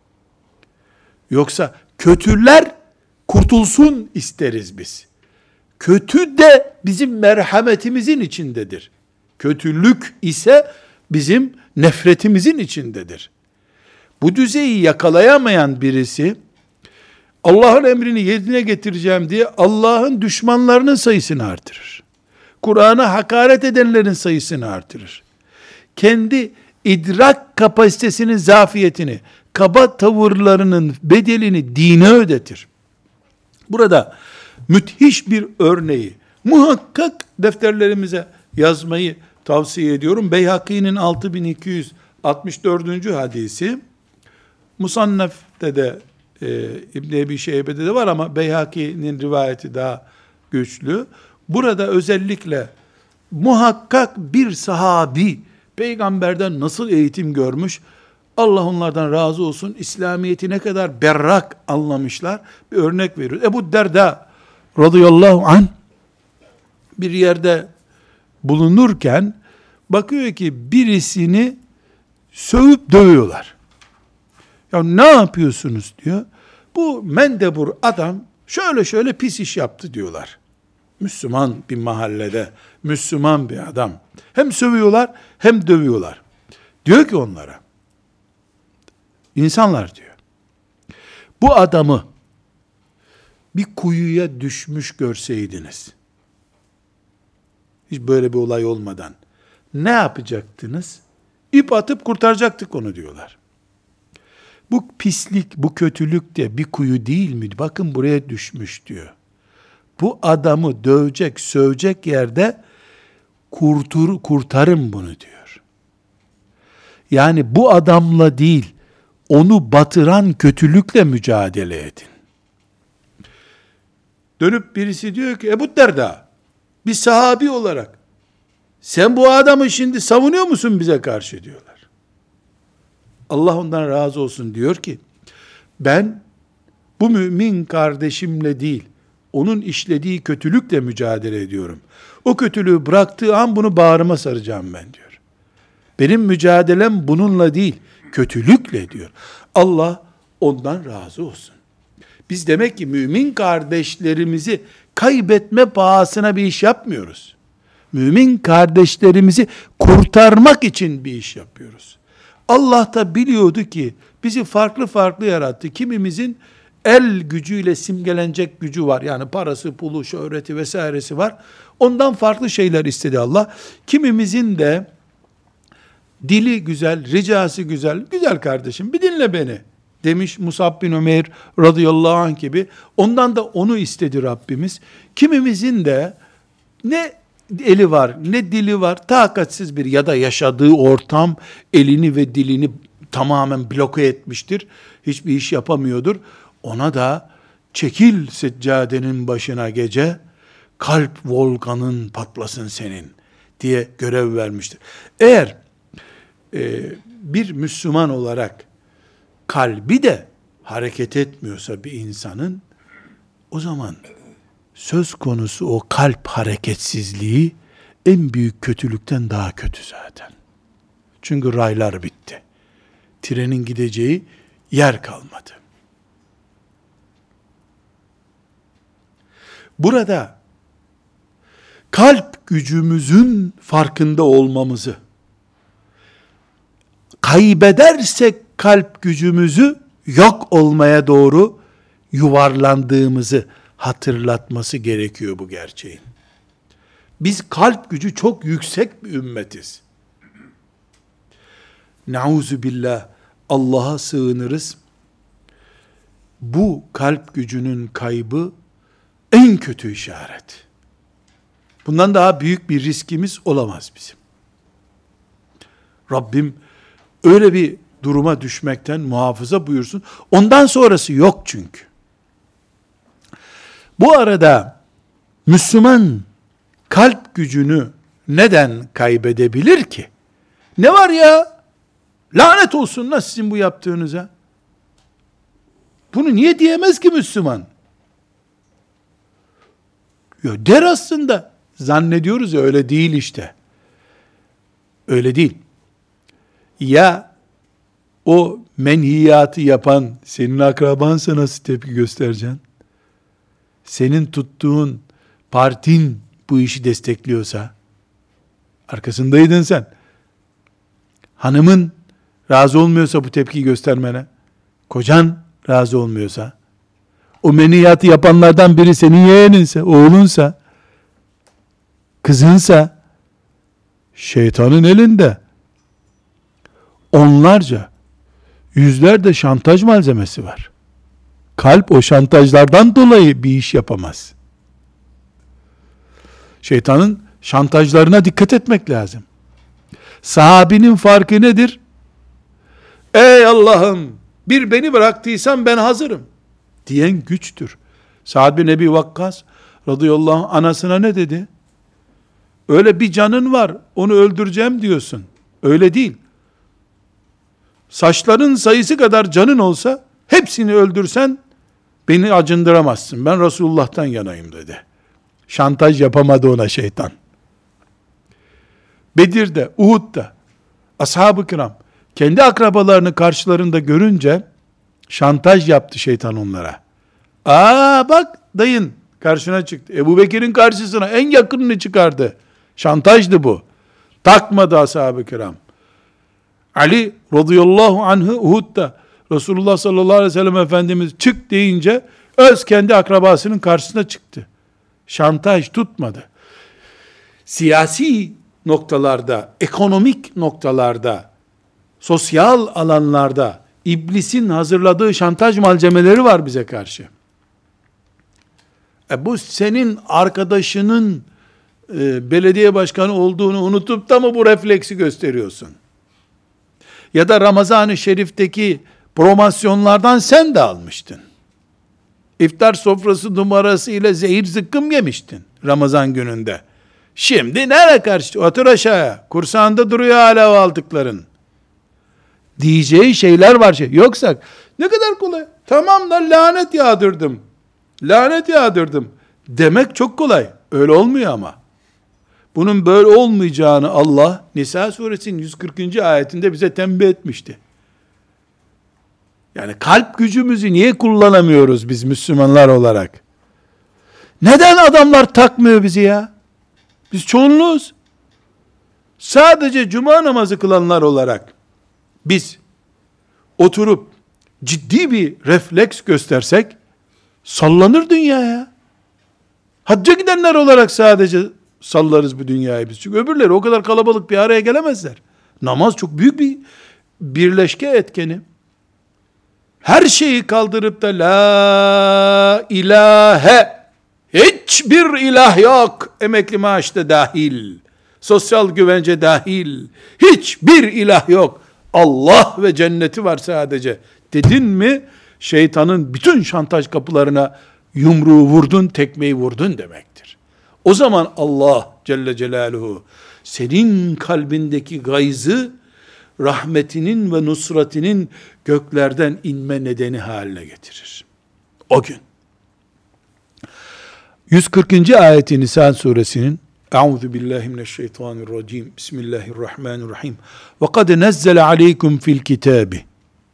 S1: Yoksa kötüler kurtulsun isteriz biz. Kötü de bizim merhametimizin içindedir. Kötülük ise bizim nefretimizin içindedir. Bu düzeyi yakalayamayan birisi, Allah'ın emrini yerine getireceğim diye Allah'ın düşmanlarının sayısını artırır. Kur'an'a hakaret edenlerin sayısını artırır. Kendi idrak kapasitesinin zafiyetini, kaba tavırlarının bedelini dine ödetir. Burada müthiş bir örneği muhakkak defterlerimize yazmayı tavsiye ediyorum. Beyhaki'nin altı bin iki yüz altmış dördüncü hadisi, Musannef'te de e, İbn Ebi Şeybe'de de var ama Beyhaki'nin rivayeti daha güçlü. Burada özellikle muhakkak bir sahabi peygamberden nasıl eğitim görmüş, Allah onlardan razı olsun, İslamiyet'i ne kadar berrak anlamışlar, bir örnek veriyoruz. Ebu Derda radıyallahu anh bir yerde bulunurken bakıyor ki birisini sövüp dövüyorlar. Ya ne yapıyorsunuz diyor. Bu mendebur adam şöyle şöyle pis iş yaptı diyorlar. Müslüman bir mahallede, Müslüman bir adam. Hem sövüyorlar hem dövüyorlar. Diyor ki onlara, insanlar diyor, bu adamı bir kuyuya düşmüş görseydiniz, hiç böyle bir olay olmadan, ne yapacaktınız? İp atıp kurtaracaktık onu diyorlar. Bu pislik, bu kötülük de bir kuyu değil mi? Bakın buraya düşmüş diyor. Bu adamı dövecek, sövecek yerde kurtur, kurtarın bunu diyor. Yani bu adamla değil, onu batıran kötülükle mücadele edin. Dönüp birisi diyor ki, Ebu Derda, bir sahabi olarak, sen bu adamı şimdi savunuyor musun bize karşı diyorlar. Allah ondan razı olsun diyor ki, ben bu mümin kardeşimle değil, onun işlediği kötülükle mücadele ediyorum. O kötülüğü bıraktığı an bunu bağrıma saracağım ben diyor. Benim mücadelem bununla değil, kötülükle diyor. Allah ondan razı olsun. Biz demek ki mümin kardeşlerimizi kaybetme pahasına bir iş yapmıyoruz. Mümin kardeşlerimizi kurtarmak için bir iş yapıyoruz. Allah da biliyordu ki bizi farklı farklı yarattı. Kimimizin el gücüyle simgelenecek gücü var. Yani parası, pulu, şöhreti vesairesi var. Ondan farklı şeyler istedi Allah. Kimimizin de Dili güzel, ricası güzel. Güzel kardeşim bir dinle beni demiş Musab bin Ömer radıyallahu anh gibi. Ondan da onu istedi Rabbimiz. Kimimizin de ne eli var, ne dili var, takatsiz bir ya da yaşadığı ortam elini ve dilini tamamen bloke etmiştir. Hiçbir iş yapamıyordur. Ona da çekil seccadenin başına gece, kalp volkanın patlasın senin diye görev vermiştir. Eğer e, bir Müslüman olarak kalbi de hareket etmiyorsa bir insanın, o zaman söz konusu o kalp hareketsizliği en büyük kötülükten daha kötü zaten. Çünkü raylar bitti. Trenin gideceği yer kalmadı. Burada kalp gücümüzün farkında olmamızı, kaybedersek kalp gücümüzü yok olmaya doğru yuvarlandığımızı hatırlatması gerekiyor bu gerçeğin. Biz kalp gücü çok yüksek bir ümmetiz. Nauzu billah, Allah'a sığınırız. Bu kalp gücünün kaybı en kötü işaret. Bundan daha büyük bir riskimiz olamaz bizim. Rabbim öyle bir duruma düşmekten muhafaza buyursun. Ondan sonrası yok çünkü. Bu arada Müslüman kalp gücünü neden kaybedebilir ki? Ne var ya? Lanet olsun lan sizin bu yaptığınıza. Bunu niye diyemez ki Müslüman? Ya der aslında. Zannediyoruz ya, öyle değil işte. Öyle değil. Ya o menhiyatı yapan senin akrabansa nasıl tepki göstereceksin? Senin tuttuğun partin bu işi destekliyorsa, arkasındaydın sen. Hanımın razı olmuyorsa bu tepkiyi göstermene, kocan razı olmuyorsa, o menhiyatı yapanlardan biri senin yeğeninse, oğlunsa, kızınsa, şeytanın elinde onlarca, yüzlerce şantaj malzemesi var. Kalp o şantajlardan dolayı bir iş yapamaz. Şeytanın şantajlarına dikkat etmek lazım. Sahabinin farkı nedir? Ey Allah'ım, bir beni bıraktıysan ben hazırım diyen güçtür. Sa'd bin Ebi Vakkas radıyallahu anh anasına ne dedi? Öyle bir canın var, onu öldüreceğim diyorsun. Öyle değil. Saçların sayısı kadar canın olsa, hepsini öldürsen, beni acındıramazsın. Ben Resulullah'tan yanayım dedi. Şantaj yapamadı ona şeytan. Bedir'de, Uhud'da, ashab-ı kiram, kendi akrabalarını karşılarında görünce, şantaj yaptı şeytan onlara. Aa bak dayın karşına çıktı. Ebu Bekir'in karşısına en yakınını çıkardı. Şantajdı bu. Takmadı ashab-ı kiram. Ali radıyallahu anh'ı Uhud'da Resulullah sallallahu aleyhi ve sellem Efendimiz çık deyince öz kendi akrabasının karşısına çıktı. Şantaj tutmadı. Siyasi noktalarda, ekonomik noktalarda, sosyal alanlarda iblisin hazırladığı şantaj malzemeleri var bize karşı. E bu senin arkadaşının e, belediye başkanı olduğunu unutup da mı bu refleksi gösteriyorsun? Ya da Ramazan-ı Şerif'teki promosyonlardan sen de almıştın. İftar sofrası numarası ile zehir zıkkım yemiştin Ramazan gününde. Şimdi nereye karşı? Otur aşağıya. Kursağında duruyor hala o aldıkların. Diyeceği şeyler var. Şey. Yoksa ne kadar kolay. Tamam da lanet yağdırdım. Lanet yağdırdım. Demek çok kolay. Öyle olmuyor ama. Bunun böyle olmayacağını Allah Nisa suresinin yüz kırkıncı ayetinde bize tembih etmişti. Yani kalp gücümüzü niye kullanamıyoruz biz Müslümanlar olarak? Neden adamlar takmıyor bizi ya? Biz çoğunluğuz. Sadece cuma namazı kılanlar olarak biz oturup ciddi bir refleks göstersek sallanır dünya ya. Hacca gidenler olarak sadece sallarız bu dünyayı biz. Çünkü öbürleri o kadar kalabalık bir araya gelemezler. Namaz çok büyük bir birleşke etkeni. Her şeyi kaldırıp da la ilahe, hiçbir ilah yok, emekli maaş da dahil, sosyal güvence dahil, hiçbir ilah yok, Allah ve cenneti var sadece dedin mi, şeytanın bütün şantaj kapılarına yumruğu vurdun, tekmeyi vurdun demektir. O zaman Allah Celle Celaluhu senin kalbindeki gayzı rahmetinin ve nusratinin göklerden inme nedeni haline getirir. O gün. yüz kırkıncı ayeti Nisa suresinin Euzu billahi mineşşeytanirracim. Bismillahirrahmanirrahim. Ve kad nezzele aleykum fil kitabi.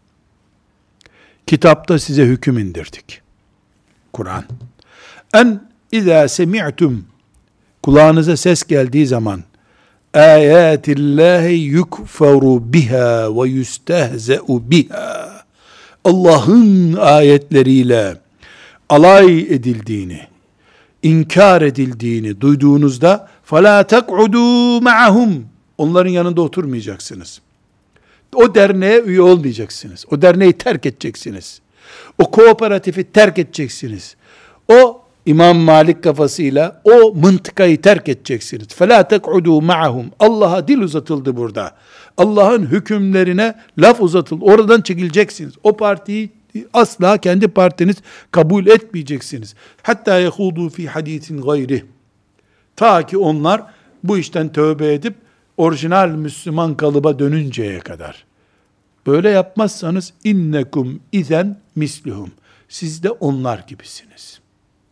S1: Kitapta size hüküm indirdik. Kur'an. En izâ semi'tum, kulağınıza ses geldiği zaman, âyâtillâhi yukferu biha ve yustehze'u biha, Allah'ın ayetleriyle alay edildiğini, inkar edildiğini duyduğunuzda فَلَا تَقْعُدُوا مَعَهُمْ, onların yanında oturmayacaksınız. O derneğe üye olmayacaksınız. O derneği terk edeceksiniz. O kooperatifi terk edeceksiniz. O İmam Malik kafasıyla o mıntıkayı terk edeceksiniz. فَلَا تَقْعُدُوا مَعَهُمْ. Allah'a dil uzatıldı burada. Allah'ın hükümlerine laf uzatıldı. Oradan çekileceksiniz. O partiyi asla kendi partiniz kabul etmeyeceksiniz. Hatta yehudu fi hadisin gayri. Ta ki onlar bu işten tövbe edip orijinal Müslüman kalıba dönünceye kadar. Böyle yapmazsanız innekum izen misluhum. Siz de onlar gibisiniz.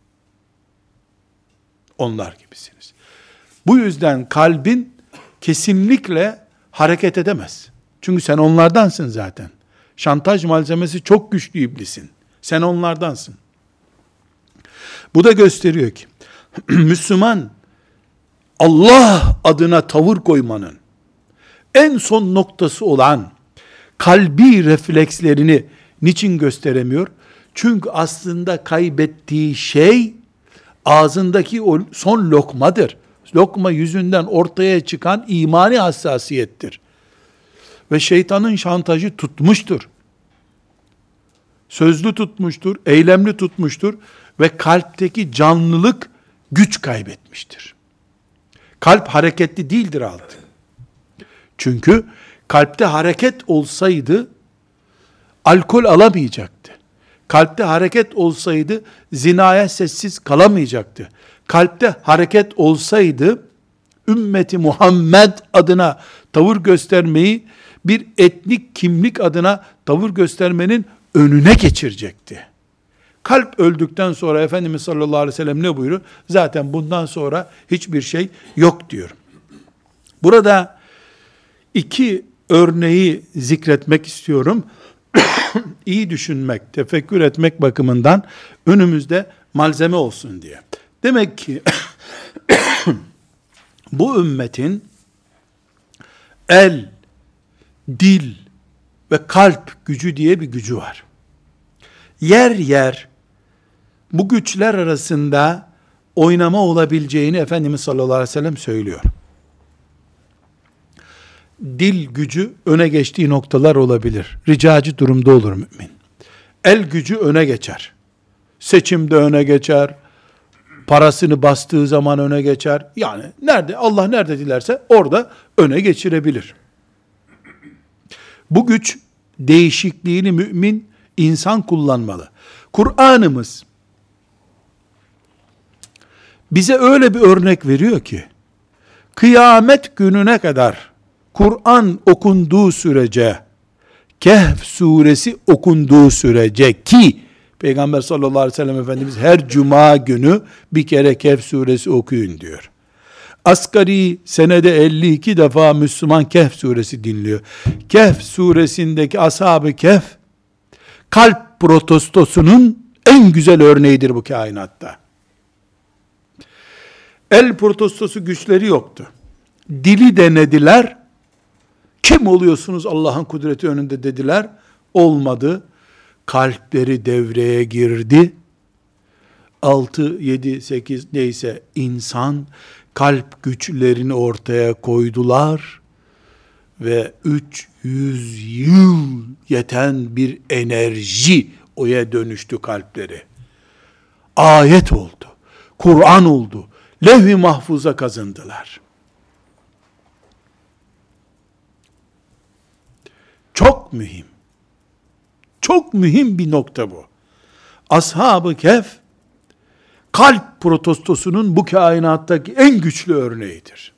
S1: Onlar gibisiniz. Bu yüzden kalbin kesinlikle hareket edemez. Çünkü sen onlardansın zaten. Şantaj malzemesi çok güçlü iblisin. Sen onlardansın. Bu da gösteriyor ki Müslüman Allah adına tavır koymanın en son noktası olan kalbi reflekslerini niçin gösteremiyor? Çünkü aslında kaybettiği şey ağzındaki o son lokmadır. Lokma yüzünden ortaya çıkan imani hassasiyettir. Ve şeytanın şantajı tutmuştur. Sözlü tutmuştur, eylemli tutmuştur ve kalpteki canlılık güç kaybetmiştir. Kalp hareketli değildir altı. Çünkü kalpte hareket olsaydı alkol alamayacaktı. Kalpte hareket olsaydı zinaya sessiz kalamayacaktı. Kalpte hareket olsaydı ümmeti Muhammed adına tavır göstermeyi bir etnik kimlik adına tavır göstermenin önüne geçirecekti. Kalp öldükten sonra Efendimiz sallallahu aleyhi ve sellem ne buyuruyor? Zaten bundan sonra hiçbir şey yok diyor. Burada iki örneği zikretmek istiyorum. İyi düşünmek, tefekkür etmek bakımından önümüzde malzeme olsun diye. Demek ki bu ümmetin el, dil ve kalp gücü diye bir gücü var. Yer yer bu güçler arasında oynama olabileceğini Efendimiz sallallahu aleyhi ve sellem söylüyor. Dil gücü öne geçtiği noktalar olabilir. Ricacı durumda olur mümin. El gücü öne geçer. Seçimde öne geçer. Parasını bastığı zaman öne geçer. Yani nerede Allah nerede dilerse orada öne geçirebilir. Bu güç değişikliğini mümin insan kullanmalı. Kur'an'ımız bize öyle bir örnek veriyor ki kıyamet gününe kadar Kur'an okunduğu sürece, Kehf suresi okunduğu sürece ki Peygamber sallallahu aleyhi ve sellem Efendimiz her cuma günü bir kere Kehf suresi okuyun diyor. Asgari senede elli iki defa Müslüman Kehf suresi dinliyor. Kehf suresindeki ashab-ı Kehf kalp protestosunun en güzel örneğidir bu kainatta. El protestosu güçleri yoktu. Dili denediler. Kim oluyorsunuz Allah'ın kudreti önünde dediler. Olmadı. Kalpleri devreye girdi. altı, yedi, sekiz neyse insan kalp güçlerini ortaya koydular ve üç yüz yıl yeten bir enerji oya dönüştü kalpleri. Ayet oldu. Kur'an oldu. Levh-i mahfuza kazındılar. Çok mühim. Çok mühim bir nokta bu. Ashab-ı Kehf, kalp protestosunun bu kainattaki en güçlü örneğidir.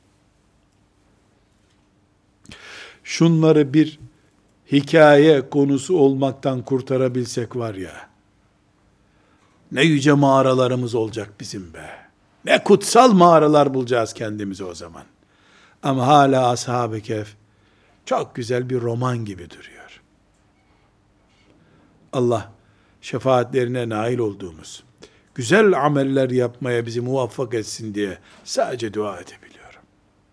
S1: Şunları bir hikaye konusu olmaktan kurtarabilsek var ya, ne yüce mağaralarımız olacak bizim be. Ne kutsal mağaralar bulacağız kendimize o zaman. Ama hala Ashab-ı Kehf çok güzel bir roman gibi duruyor. Allah şefaatlerine nail olduğumuz, güzel ameller yapmaya bizi muvaffak etsin diye sadece dua edebiliyorum.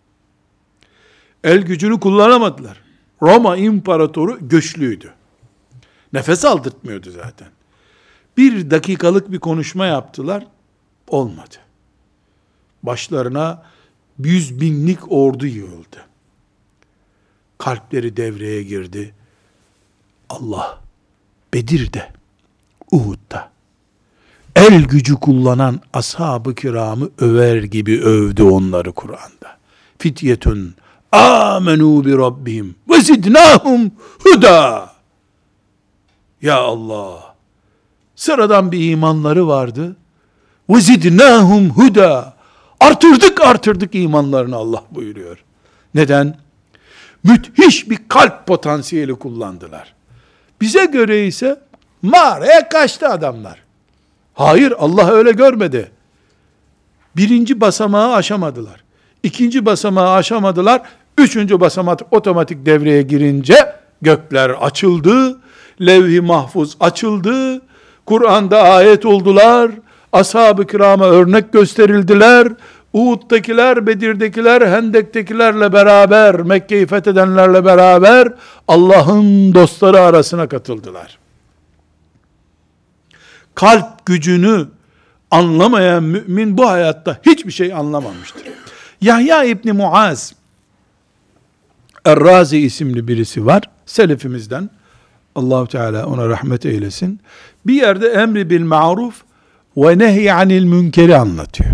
S1: El gücünü kullanamadılar. Roma İmparatoru güçlüydü. Nefes aldırtmıyordu zaten. Bir dakikalık bir konuşma yaptılar, olmadı. Başlarına yüz binlik ordu yığıldı. Kalpleri devreye girdi. Allah Bedir'de, Uhud'da el gücü kullanan ashab-ı kiramı över gibi övdü onları Kur'an'da. Fityetun amenu bi rabbihim ve zidnahum huda. Ya Allah! Sıradan bir imanları vardı. Ve zidnahum huda. Artırdık artırdık imanlarını Allah buyuruyor. Neden? Müthiş bir kalp potansiyeli kullandılar. Bize göre ise mağaraya kaçtı adamlar. Hayır, Allah öyle görmedi. Birinci basamağı aşamadılar. İkinci basamağı aşamadılar. Üçüncü basamak otomatik devreye girince gökler açıldı. Levh-i mahfuz açıldı. Kur'an'da ayet oldular. Ashab-ı kirama örnek gösterildiler. Uhud'dakiler, Bedir'dekiler, Hendek'tekilerle beraber, Mekke'yi fethedenlerle beraber Allah'ın dostları arasına katıldılar. Kalp gücünü anlamayan mümin bu hayatta hiçbir şey anlamamıştır. Yahya İbni Muaz Er-Razi isimli birisi var. Selefimizden. Allah-u Teala ona rahmet eylesin. Bir yerde emri bil ma'ruf ve nehy anil münkeri anlatıyor.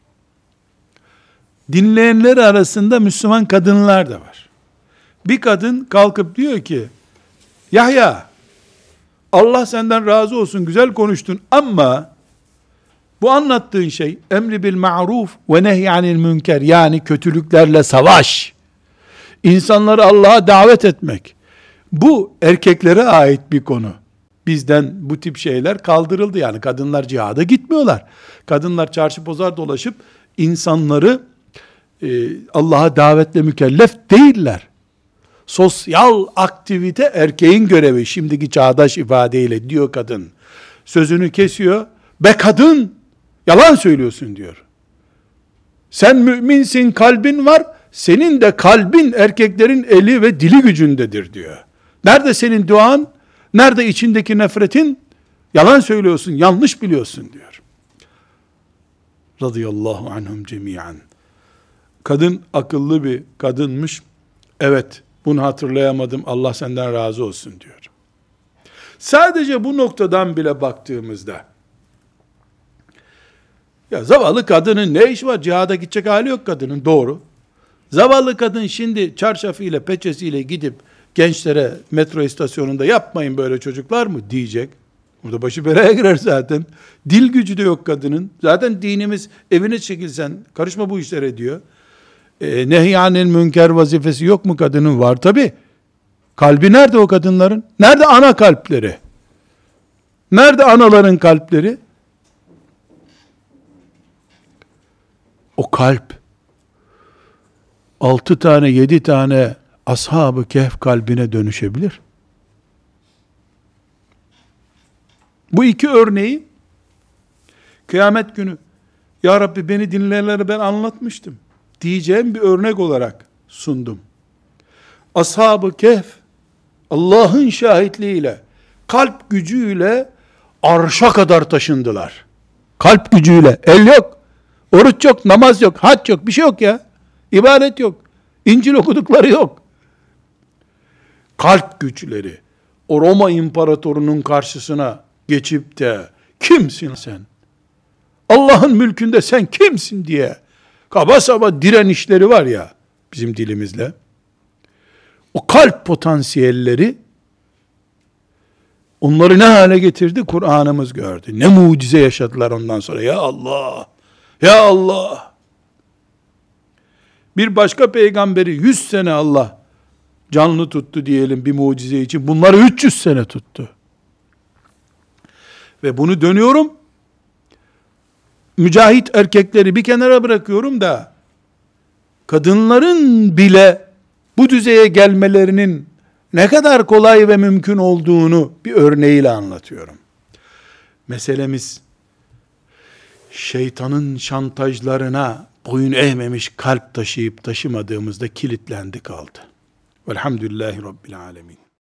S1: Dinleyenler arasında Müslüman kadınlar da var. Bir kadın kalkıp diyor ki, Yahya, Allah senden razı olsun, güzel konuştun ama bu anlattığın şey emri bil ma'ruf ve nehy anil münker, yani kötülüklerle savaş, insanları Allah'a davet etmek. Bu erkeklere ait bir konu. Bizden bu tip şeyler kaldırıldı. Yani kadınlar cihada gitmiyorlar. Kadınlar çarşı pazar dolaşıp insanları e, Allah'a davetle mükellef değiller. Sosyal aktivite erkeğin görevi. Şimdiki çağdaş ifadeyle diyor kadın. Sözünü kesiyor. Be kadın, yalan söylüyorsun diyor. Sen müminsin, kalbin var. Senin de kalbin erkeklerin eli ve dili gücündedir diyor. Nerede senin duan? Nerede içindeki nefretin? Yalan söylüyorsun, yanlış biliyorsun diyor. Radıyallahu anhum cemiyan. Kadın akıllı bir kadınmış. Evet, bunu hatırlayamadım, Allah senden razı olsun diyor. Sadece bu noktadan bile baktığımızda, ya zavallı kadının ne iş var? Cihada gidecek hali yok kadının, doğru. Zavallı kadın şimdi çarşafıyla, peçesiyle gidip gençlere metro istasyonunda yapmayın böyle çocuklar mı diyecek. Burada başı belaya girer zaten. Dil gücü de yok kadının. Zaten dinimiz evine çekilsen karışma bu işlere diyor. E, Nehyanil münker vazifesi yok mu kadının? Var tabi. Kalbi nerede o kadınların? Nerede ana kalpleri? Nerede anaların kalpleri? O kalp altı tane, yedi tane Ashab-ı Kehf kalbine dönüşebilir. Bu iki örneği kıyamet günü, Ya Rabbi beni dinleyenlere ben anlatmıştım diyeceğim bir örnek olarak sundum. Ashab-ı Kehf Allah'ın şahitliğiyle, kalp gücüyle arşa kadar taşındılar. Kalp gücüyle. El yok, oruç yok, namaz yok, hac yok, bir şey yok ya. İbadet yok. İncil okudukları yok. kalp güçleri o Roma imparatorunun karşısına geçip de kimsin sen? Allah'ın mülkünde sen kimsin diye kaba saba direnişleri var ya bizim dilimizle. O kalp potansiyelleri onları ne hale getirdi? Kur'an'ımız gördü. Ne mucize yaşadılar ondan sonra. Ya Allah! Ya Allah! Bir başka peygamberi yüz sene Allah canlı tuttu diyelim bir mucize için. Bunları üç yüz sene tuttu. Ve bunu dönüyorum. Mücahit erkekleri bir kenara bırakıyorum da kadınların bile bu düzeye gelmelerinin ne kadar kolay ve mümkün olduğunu bir örneğiyle anlatıyorum. Meselemiz şeytanın şantajlarına boyun eğmemiş kalp taşıyıp taşımadığımızda kilitlendi kaldı. Velhamdülillahi Rabbil Alemin.